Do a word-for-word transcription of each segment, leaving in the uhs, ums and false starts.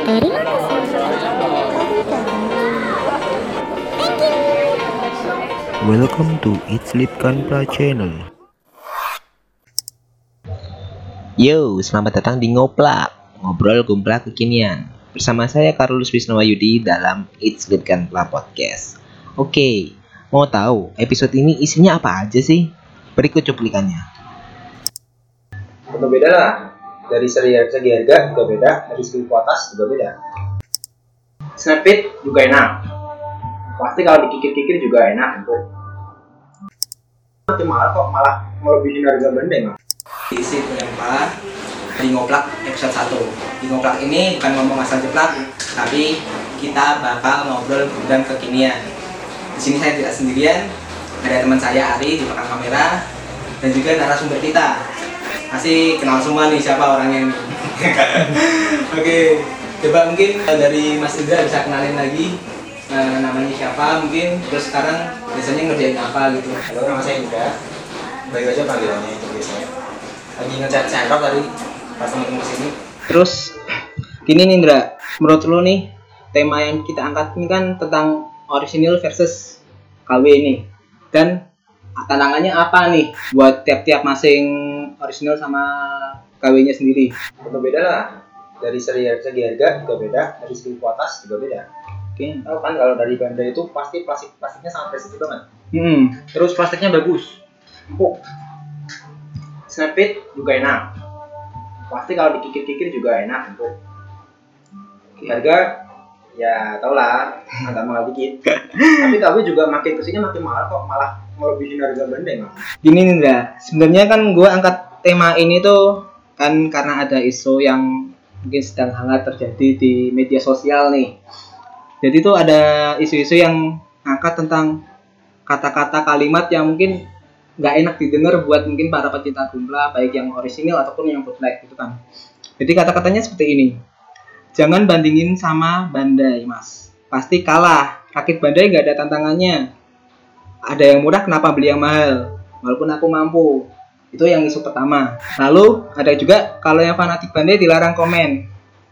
Terima kasih. Thank you. Welcome to It's Sleep Kanpra Channel. Yo, selamat datang di Ngoplak, ngobrol gumplak kekinian. Bersama saya Carlos Wisnuwayudi dalam It's Sleep Kanpra Podcast. Oke, mau tahu episode ini isinya apa aja sih? Berikut cuplikannya. Tentu beda lah. Dari segi segi harga juga beda, dari segi kualitas juga beda. Snapfit juga enak. Pasti kalau dikikir-kikir juga enak tentu. Nanti malah kok malah melebihi harga benda. Isi penyempa di Ngoplak episode satu. Di Ngoplak ini bukan ngomong asal jeplak, tapi kita bakal ngobrol dan kekinian. Di sini saya tidak sendirian, ada teman saya Ari di belakang kamera dan juga narasumber kita. Masih kenal semua nih siapa orangnya ini. Oke, coba mungkin dari Mas Indra bisa kenalin lagi uh, namanya siapa mungkin, terus sekarang biasanya ngerjain apa gitu. Halo, nama saya Indra. Baik aja panggilannya itu biasanya. Lagi ngecat sendok tadi pas temen-temen sini. Terus gini nih Indra, menurut lu nih tema yang kita angkat ini kan tentang orisinil versus K W ini, dan tantangannya apa nih buat tiap-tiap masing orisinil sama K W-nya sendiri? Tentu beda lah. Dari segi segi harga juga beda, dari segi kualitas juga beda. Oke. Tahu kan kalau dari Bandai itu pasti plastik plastiknya sangat presisi banget. Hmm. Terus plastiknya bagus, empuk. Snapfit juga enak. Pasti kalau dikikir-kikir juga enak tentu. Harga ya tau lah, agak mahal dikit. Tapi K W juga makin kesini makin mahal kok, malah melebihi harga benda. Gini nih Indra, sebenarnya kan gue angkat tema ini tuh kan karena ada isu yang mungkin sedang hangat terjadi di media sosial nih. Jadi tuh ada isu-isu yang angkat tentang kata-kata kalimat yang mungkin nggak enak didengar buat mungkin para pecinta Gombla, baik yang orisinil ataupun yang bootleg gitu kan. Jadi kata-katanya seperti ini. Jangan bandingin sama Bandai, Mas. Pasti kalah. Rakit Bandai nggak ada tantangannya. Ada yang murah, kenapa beli yang mahal? Walaupun aku mampu. Itu yang isu pertama. Lalu ada juga kalau yang fanatik Bandai dilarang komen.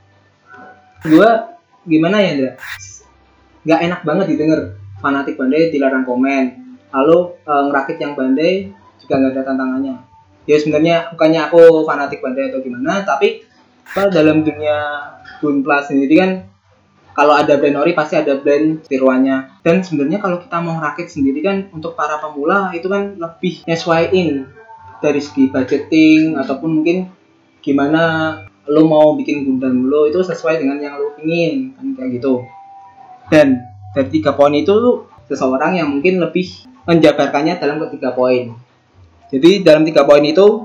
Gua gimana ya, Indra? Nggak enak banget didengar. Fanatik Bandai dilarang komen. Lalu e, ngerakit yang Bandai juga nggak ada tantangannya. Ya sebenarnya bukannya aku fanatik Bandai atau gimana, tapi apa, dalam dunia Gunpla sendiri kan kalau ada brand ori pasti ada brand tiruannya. Dan sebenarnya kalau kita mau rakit sendiri kan untuk para pemula itu kan lebih nyesuaiin dari segi budgeting ataupun mungkin gimana lo mau bikin Gundam lo itu sesuai dengan yang lo ingin kan kayak gitu. Dan dari tiga poin itu seseorang yang mungkin lebih menjabarkannya dalam ketiga poin. Jadi dalam tiga poin itu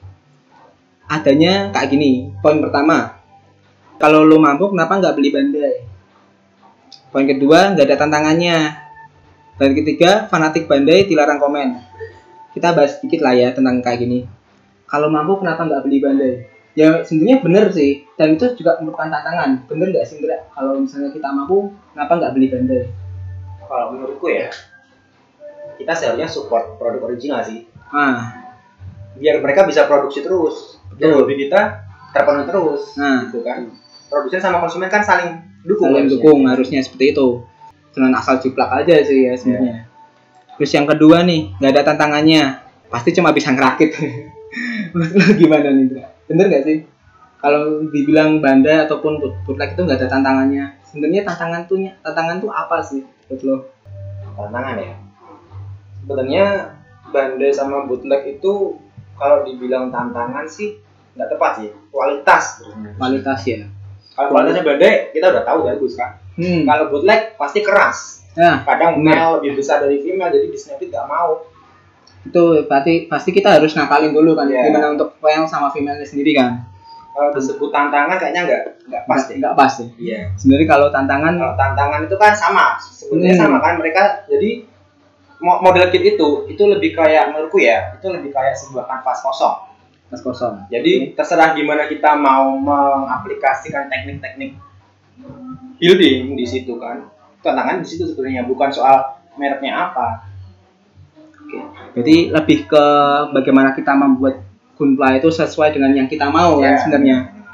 adanya kayak gini. Poin pertama, kalau lo mampu kenapa nggak beli Bandai? Poin kedua, nggak ada tantangannya. Dan ketiga, fanatik Bandai dilarang komen. Kita bahas sedikit lah ya tentang kayak gini. Kalau mampu kenapa nggak beli Bandai? Ya sebenarnya bener sih, dan itu juga merupakan tantangan. Bener nggak sih Indra? Kalau misalnya kita mampu, kenapa nggak beli Bandai? Kalau menurutku ya, kita seharusnya support produk original sih. Ah, Biar mereka bisa produksi terus. Biar Betul. hobi kita terpenuhi terus. Nah. Gitu kan. Produsen sama konsumen kan saling dukung. saling harusnya. dukung harusnya seperti itu. Dengan asal jiplak aja sih ya sebenarnya. Terus yang kedua nih, nggak ada tantangannya. Pasti cuma bisa ngerakit. Menurut lo gimana nih, Indra? Bener nggak sih? Kalau dibilang Bandai ataupun bootleg itu nggak ada tantangannya. Sebenarnya tantangan tuh tantangan tuh apa sih menurut lo? Tantangan ya. Sebenarnya Bandai sama bootleg itu kalau dibilang tantangan sih nggak tepat sih. Kualitas. Kualitas ya. Kalau kualitasnya Bandai kita udah tahu bagus kan. Hmm. Kalau bootleg pasti keras. Nah, Kadang bener. male lebih besar dari female jadi di Snapfit nggak mau. Itu berarti pasti kita harus ngakalin dulu kan, Yeah. gimana untuk male sama female sendiri kan. Kalau disebut tantangan kayaknya nggak nggak pas deh. Nggak pas ya. Iya. Sebenarnya kalau tantangan Kalau tantangan itu kan sama, sebenarnya Hmm. sama kan mereka. Jadi mo- model kit itu itu lebih kayak menurutku ya, itu lebih kayak sebuah kanvas kosong. pas kosong. Jadi terserah gimana kita mau mengaplikasikan teknik-teknik building di situ kan. Tantangan di situ sebenarnya bukan soal mereknya apa. Oke. Jadi lebih ke bagaimana kita membuat Gunpla itu sesuai dengan yang kita mau Ya. kan sebenarnya.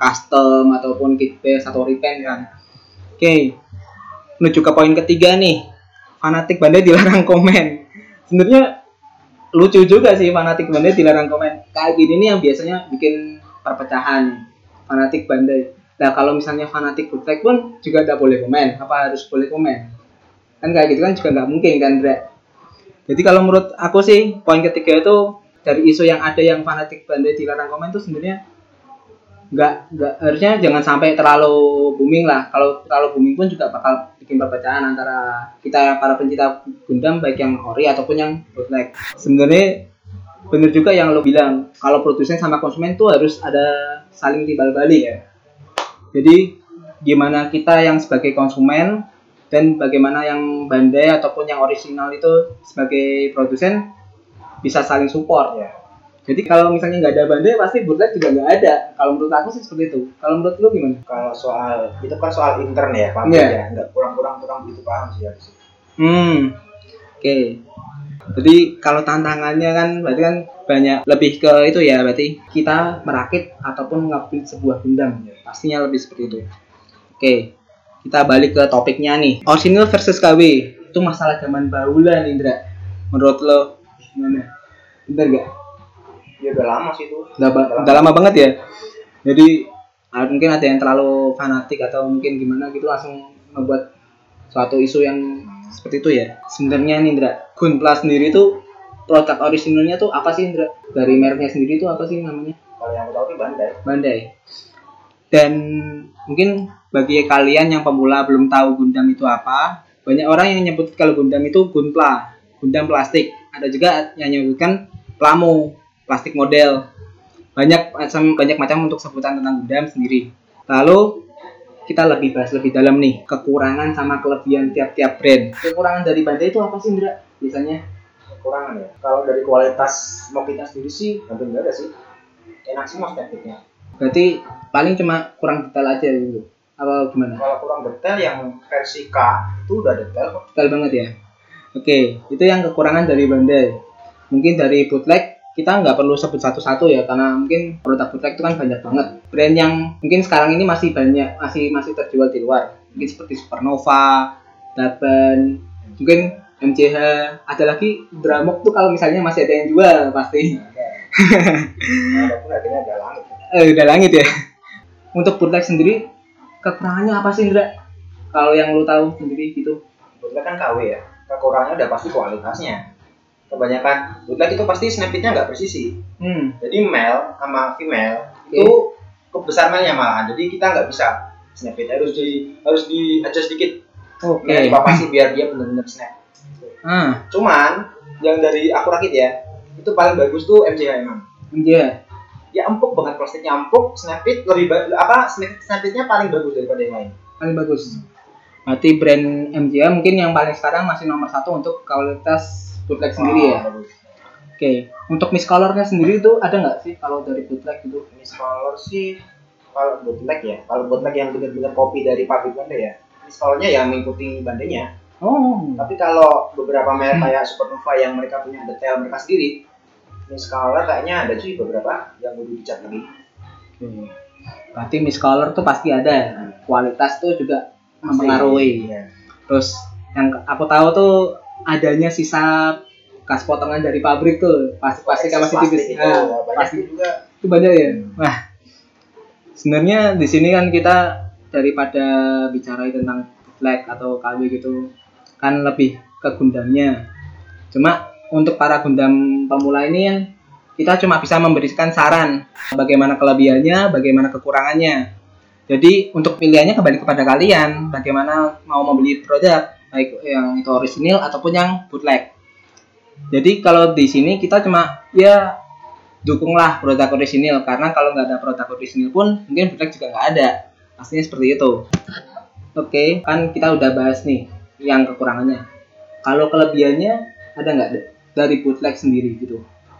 custom ataupun kit base atau repaint kan. Oke, menuju ke poin ketiga nih, fanatik Bandai dilarang komen. Sebenarnya lucu juga sih fanatik Bandai dilarang komen. Kayak gini nih yang biasanya bikin perpecahan fanatik Bandai. Nah kalau misalnya fanatik bootleg pun juga tidak boleh komen. Apa harus boleh komen? Kan kayak gitu kan juga nggak mungkin kan, Dra. Jadi kalau menurut aku sih poin ketiga itu dari isu yang ada yang fanatik Bandai dilarang komen itu sebenarnya nggak nggak harusnya jangan sampai terlalu booming lah. Kalau terlalu booming pun juga bakal bikin perpecahan antara kita para pencinta Gundam baik yang ori ataupun yang bootleg. Sebenarnya bener juga yang lo bilang kalau produsen sama konsumen tuh harus ada saling timbal balik ya. Jadi gimana kita yang sebagai konsumen dan bagaimana yang Bandai ataupun yang original itu sebagai produsen bisa saling support ya. Jadi kalau misalnya nggak ada Bandai pasti bootleg juga nggak ada. Kalau menurut aku sih seperti itu. Kalau menurut lu gimana? Kalau soal itu kan soal intern ya, paham yeah. ya, nggak kurang-kurang kurang begitu paham sih harus. Hmm, oke. Okay. Jadi kalau tantangannya kan berarti kan banyak lebih ke itu ya, berarti kita merakit ataupun nge-build sebuah Gundam. Pastinya lebih seperti itu. Oke, kita balik ke topiknya nih. Original versus K W. Itu masalah zaman bahulan, Indra. Menurut lo gimana? Bener gak? Ya udah lama sih itu. Udah, ba- udah lama banget ya. Jadi mungkin ada yang terlalu fanatik atau mungkin gimana gitu langsung membuat suatu isu yang seperti itu ya. Sebenarnya nih Indra, Gunpla sendiri tuh produk originalnya tuh apa sih Indra? Dari mereknya sendiri tuh apa sih namanya? Kalau yang aku tahu itu Bandai. Bandai. Dan mungkin bagi kalian yang pemula belum tahu Gundam itu apa, banyak orang yang nyebut kalau Gundam itu Gunpla, Gundam plastik. Ada juga yang menyebutkan Plamo, plastik model. Banyak macam banyak macam untuk sebutan tentang Gundam sendiri. Lalu kita lebih bahas lebih dalam nih kekurangan sama kelebihan tiap-tiap brand. Kekurangan dari Bandai itu apa sih Indra? Biasanya kekurangan ya. Kalau dari kualitas mokitnya sendiri sih hampir nggak ada sih. Enak semua estetiknya. Berarti paling cuma kurang detail aja gitu. Apa gimana? Kalau kurang detail yang versi K itu udah detail kok. Detail banget ya. Oke, itu yang kekurangan dari Bandai. Mungkin dari bootleg kita nggak perlu sebut satu-satu ya, karena mungkin produk bootleg itu kan banyak banget. Brand yang mungkin sekarang ini masih banyak, masih masih terjual di luar. Mungkin seperti Supernova, Dapen, mungkin M J H, ada lagi Dramok tuh kalau misalnya masih ada yang jual pasti. Walaupun harganya udah langit. Eh, udah langit ya. Untuk bootleg sendiri kekurangannya apa sih Indra? Kalau yang lu tahu sendiri gitu. Bootleg kan K W ya. Kekurangannya udah pasti kualitasnya. Kebanyakan bootleg itu pasti snapitnya nggak presisi. Hmm. Jadi male sama female okay. itu kebesarannya malahan. Jadi kita nggak bisa snapit, harus di harus di adjust dikit. Oke. Okay. Dipapasi biar dia benar-benar snap. Hmm. Cuman yang dari aku rakit ya, itu paling bagus tuh M J H emang. M J H. Ya empuk banget, plastiknya empuk, snapit lebih ba- apa snapitnya paling bagus daripada yang lain. Paling bagus. Berarti brand M J H mungkin yang paling sekarang masih nomor satu untuk kualitas bootleg sendiri ya. Oke, okay. Untuk Miss Color-nya sendiri itu ada nggak sih kalau dari bootleg itu? Miss Color sih kalau bootleg ya, kalau bootleg yang benar-benar copy dari pabrik Bandai ya, Miss Color-nya yang mengikuti Bandainya. Oh. Tapi kalau beberapa merek kayak Supernova yang mereka punya detail mereka sendiri, Miss Color kayaknya ada sih beberapa yang udah dicat lagi. Hmm. Berarti Miss Color tuh pasti ada, kualitas tuh juga mempengaruhi. Ya. Terus yang aku tahu tuh adanya sisa bekas potongan dari pabrik tuh, pasti-pasti kan masih tipis. Nah, pasti juga itu banyak ya. Wah, sebenarnya di sini kan kita daripada bicara tentang bootleg atau K W gitu, kan lebih ke Gundamnya. Cuma untuk para Gundam pemula ini kan kita cuma bisa memberikan saran bagaimana kelebihannya, bagaimana kekurangannya. Jadi untuk pilihannya kembali kepada kalian, bagaimana mau membeli produk baik yang itu orisinil ataupun yang bootleg. Jadi kalau di sini kita cuma ya dukunglah produk orisinil, karena kalau nggak ada produk orisinil pun mungkin bootleg juga nggak ada. Pastinya seperti itu. Oke, kan kita udah bahas nih yang kekurangannya. Kalau kelebihannya ada nggak dari bootleg sendiri gitu?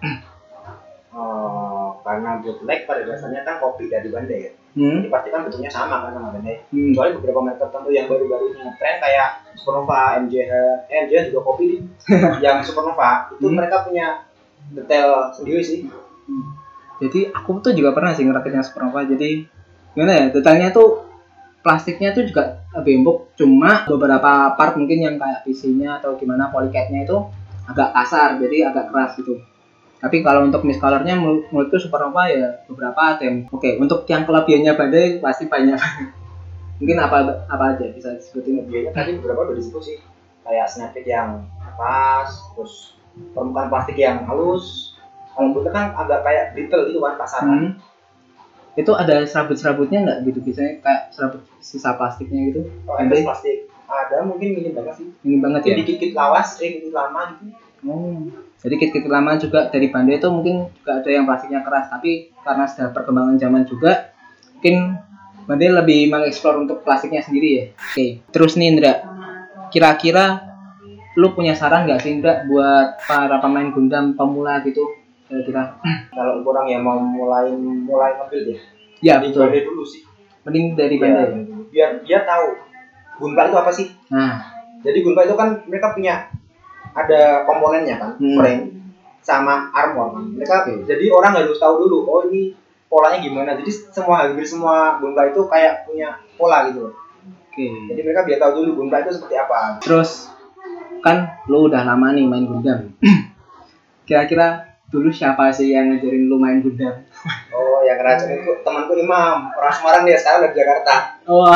Oh, karena bootleg pada dasarnya kan kopi dari Bandai ya. Hmm. Jadi pasti kan bentuknya sama kan sama Bandai. Hmm. Kecuali beberapa merek tertentu yang baru-baru ini ngetren kayak Supernova, M J H, eh, M J H juga kopi nih. Yang Supernova itu hmm. mereka punya detail sendiri sih. Hmm. Jadi aku tuh juga pernah sih ngerakit yang Supernova. Jadi gimana ya, detailnya tuh plastiknya tuh juga lebih empuk, cuma beberapa part mungkin yang kayak P C-nya atau gimana polycad-nya itu agak kasar, jadi agak keras gitu. Tapi kalau untuk miscolor-nya menurutku Supernova ya beberapa ada yang oke. Untuk yang kelebihannya Bandai pasti banyak. Mungkin apa apa aja bisa disebutin? Kelebihannya tadi beberapa udah disebut sih, kayak snapback yang pas, terus permukaan plastik yang halus. Kalau buatnya kan agak kayak brittle gitu kan, kasar. Hmm. Itu ada serabut-serabutnya nggak gitu, biasanya kayak serabut sisa plastiknya gitu? Kalau oh, plastik ada mungkin minim banget sih. Minim banget ya. Dikit-dikit lawas, eh dikit lama gitu. Oh, jadi dikit-dikit lama juga dari Bandai itu mungkin juga ada yang plastiknya keras, tapi karena sudah perkembangan zaman juga, mungkin Bandai lebih mengeksplor untuk plastiknya sendiri ya. Oke, terus nih Indra, kira-kira lu punya saran nggak sih Indra buat para pemain Gundam pemula gitu? Kira-kira kalau orang yang mau mulai mulai ngambil deh, ya mending betul. Bandai dulu sih. Mending dari Ya, Bandai. biar dia tahu Gunpla itu apa sih. Nah, Jadi Gunpla itu kan mereka punya ada komponennya kan, Hmm. frame sama armor. Mereka Oke. jadi orang harus tahu dulu, oh ini polanya gimana. Jadi semua hampir semua Gunpla itu kayak punya pola gitu loh. oke. Jadi mereka biar tahu dulu Gunpla itu seperti apa. Terus kan lu udah lama nih main Gundam. Kira-kira dulu siapa sih yang ngajarin lu main Gundam? Oh, yang ngeracun itu temanku Imam, orang Semarang dia, sekarang udah di Jakarta. Oh,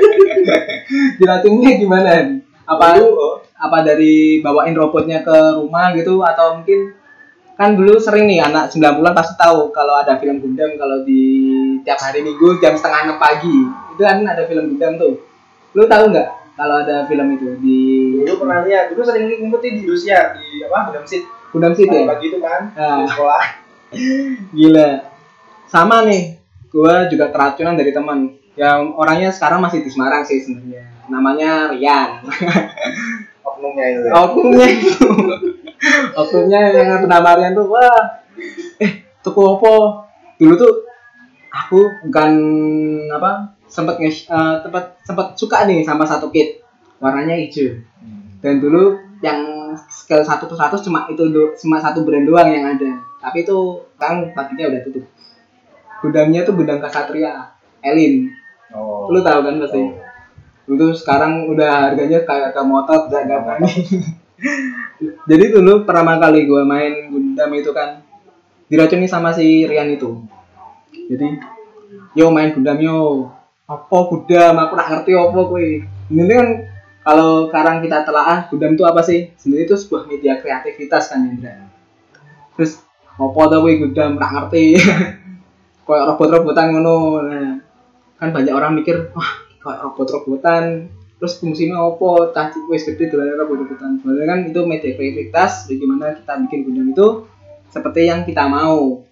dilatihnya gimana? Apa Dulu, oh, apa dari bawain robotnya ke rumah gitu, atau mungkin kan dulu sering nih anak sembilan puluhan pasti tahu kalau ada film Gundam kalau di tiap hari Minggu jam setengah enam pagi itu kan ada film Gundam tuh. Lu tahu nggak kalau ada film itu di dulu pernah lihat, dulu sering ngikutin di Indosiar di apa Gundam Seed. Gundam Seed ya? Pagi itu kan, Ah. di sekolah. Gila. Sama nih, gua juga keracunan dari teman yang orangnya sekarang masih di Semarang sih sebenarnya. Namanya Rian. Oknumnya itu. Ya. Oknumnya itu. Oknumnya yang bernama Rian tuh, wah, eh, tuku opo? Dulu tuh aku bukan apa, sempat nge uh, tempat sempat suka nih sama satu kit warnanya hijau. Dan dulu yang scale satu per seratus cuma itu do, cuma satu brand doang yang ada. Tapi itu kan paginya udah tutup. Gudangnya tuh Gudang Kasatria, Elin. Oh. Lu tahu kan pasti. Itu sekarang udah harganya kayak ke motor gak gak berani. Jadi dulu pertama kali gue main Gundam itu kan diracuni sama si Rian itu. Jadi yo main Gundam yo. Apa Gundam? Aku nak ngerti apa kowe. Ini kan kalau sekarang kita telaah Gundam itu apa sih? Sebenarnya itu sebuah media kreativitas kan Indra. Terus apa tuh kowe Gundam nak ngerti. Kayak robot-robotan ngono. Nah, kan banyak orang mikir, wah, kayak robot-robotan terus fungsinya apa? Tadi wis gede dolan robot-robotan. Sebenarnya kan itu media kreativitas bagaimana kita bikin Gundam itu seperti yang kita mau.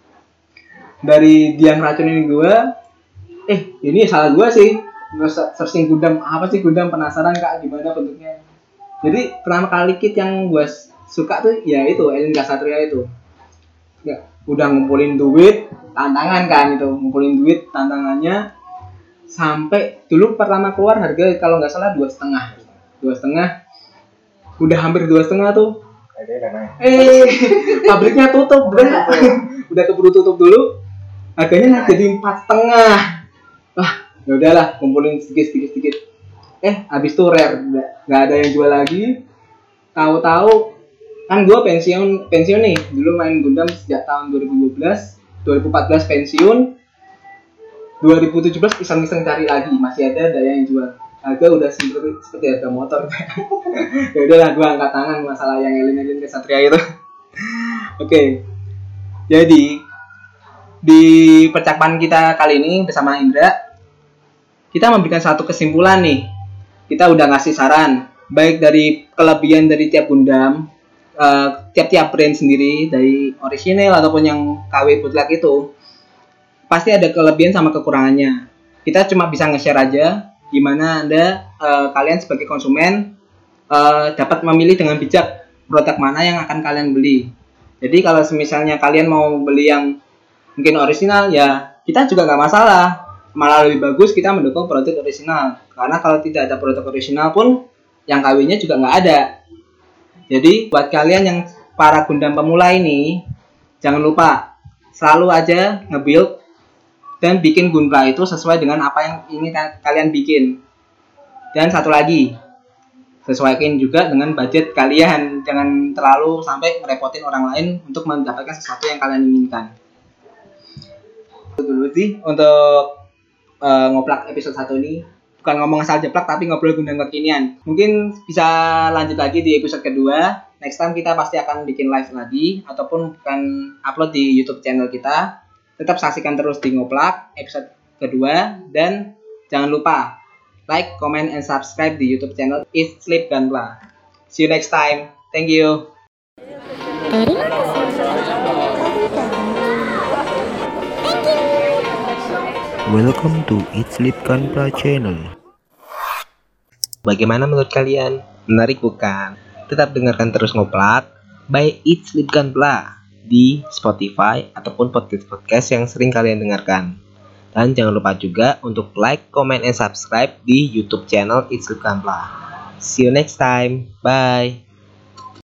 Dari dia ngeracunin gua, eh ini salah gua sih. Nggak searching Gundam, apa sih Gundam, penasaran Kak gimana bentuknya. Jadi pertama kali kit yang gua suka tuh ya itu Elin Kasatria itu. Ya, udah ngumpulin duit, tantangan kan itu, ngumpulin duit tantangannya sampai dulu pertama keluar harga kalau nggak salah dua setengah, dua setengah, udah hampir dua setengah tuh. Eh, pabriknya tutup, udah, udah keburu tutup dulu, harganya jadi empat setengah. Wah, ya udahlah, kumpulin sedikit sedikit sedikit. Eh, habis itu rare, nggak ada yang jual lagi. Tahu-tahu kan gue pensiun pensiun nih, dulu main Gundam sejak tahun dua ribu dua belas, dua ribu empat belas pensiun, dua ribu tujuh belas iseng-iseng cari lagi, masih ada daya yang jual. Harga udah seperti seperti harga motor. Ya udahlah, gue angkat tangan masalah yang Elin-Elin Kasatria itu. Oke, okay. Jadi di percakapan kita kali ini bersama Indra, kita memberikan satu kesimpulan nih. Kita udah ngasih saran, baik dari kelebihan dari tiap Gundam, Uh, tiap-tiap brand sendiri, dari orisinil ataupun yang K W bootleg itu pasti ada kelebihan sama kekurangannya. Kita cuma bisa nge-share aja gimana Anda uh, kalian sebagai konsumen uh, dapat memilih dengan bijak produk mana yang akan kalian beli. Jadi kalau misalnya kalian mau beli yang mungkin orisinal, ya kita juga nggak masalah, malah lebih bagus kita mendukung produk orisinal, karena kalau tidak ada produk orisinal pun yang K W-nya juga nggak ada. Jadi buat kalian yang para Gundam pemula ini, jangan lupa selalu aja nge-build dan bikin Gunpla itu sesuai dengan apa yang ingin kalian bikin. Dan satu lagi, sesuaikan juga dengan budget kalian, jangan terlalu sampai merepotin orang lain untuk mendapatkan sesuatu yang kalian inginkan. Itu dulu sih untuk uh, ngoplak episode satu ini. Bukan ngomong asal jeplak tapi ngobrol gundang kekinian. Mungkin bisa lanjut lagi di episode kedua. Next time kita pasti akan bikin live lagi ataupun bukan upload di YouTube channel kita. Tetap saksikan terus di Ngoplak episode kedua dan jangan lupa like, comment, and subscribe di YouTube channel Eat Sleep Gunpla. See you next time. Thank you. Dari mana sih? Thank you. Welcome to Eat Sleep Gunpla channel. Bagaimana menurut kalian? Menarik bukan? Tetap dengarkan terus Ngoplak by Eat Sleep Gunpla di Spotify ataupun podcast-podcast yang sering kalian dengarkan. Dan jangan lupa juga untuk like, comment, and subscribe di YouTube channel Eat Sleep Gunpla. See you next time. Bye.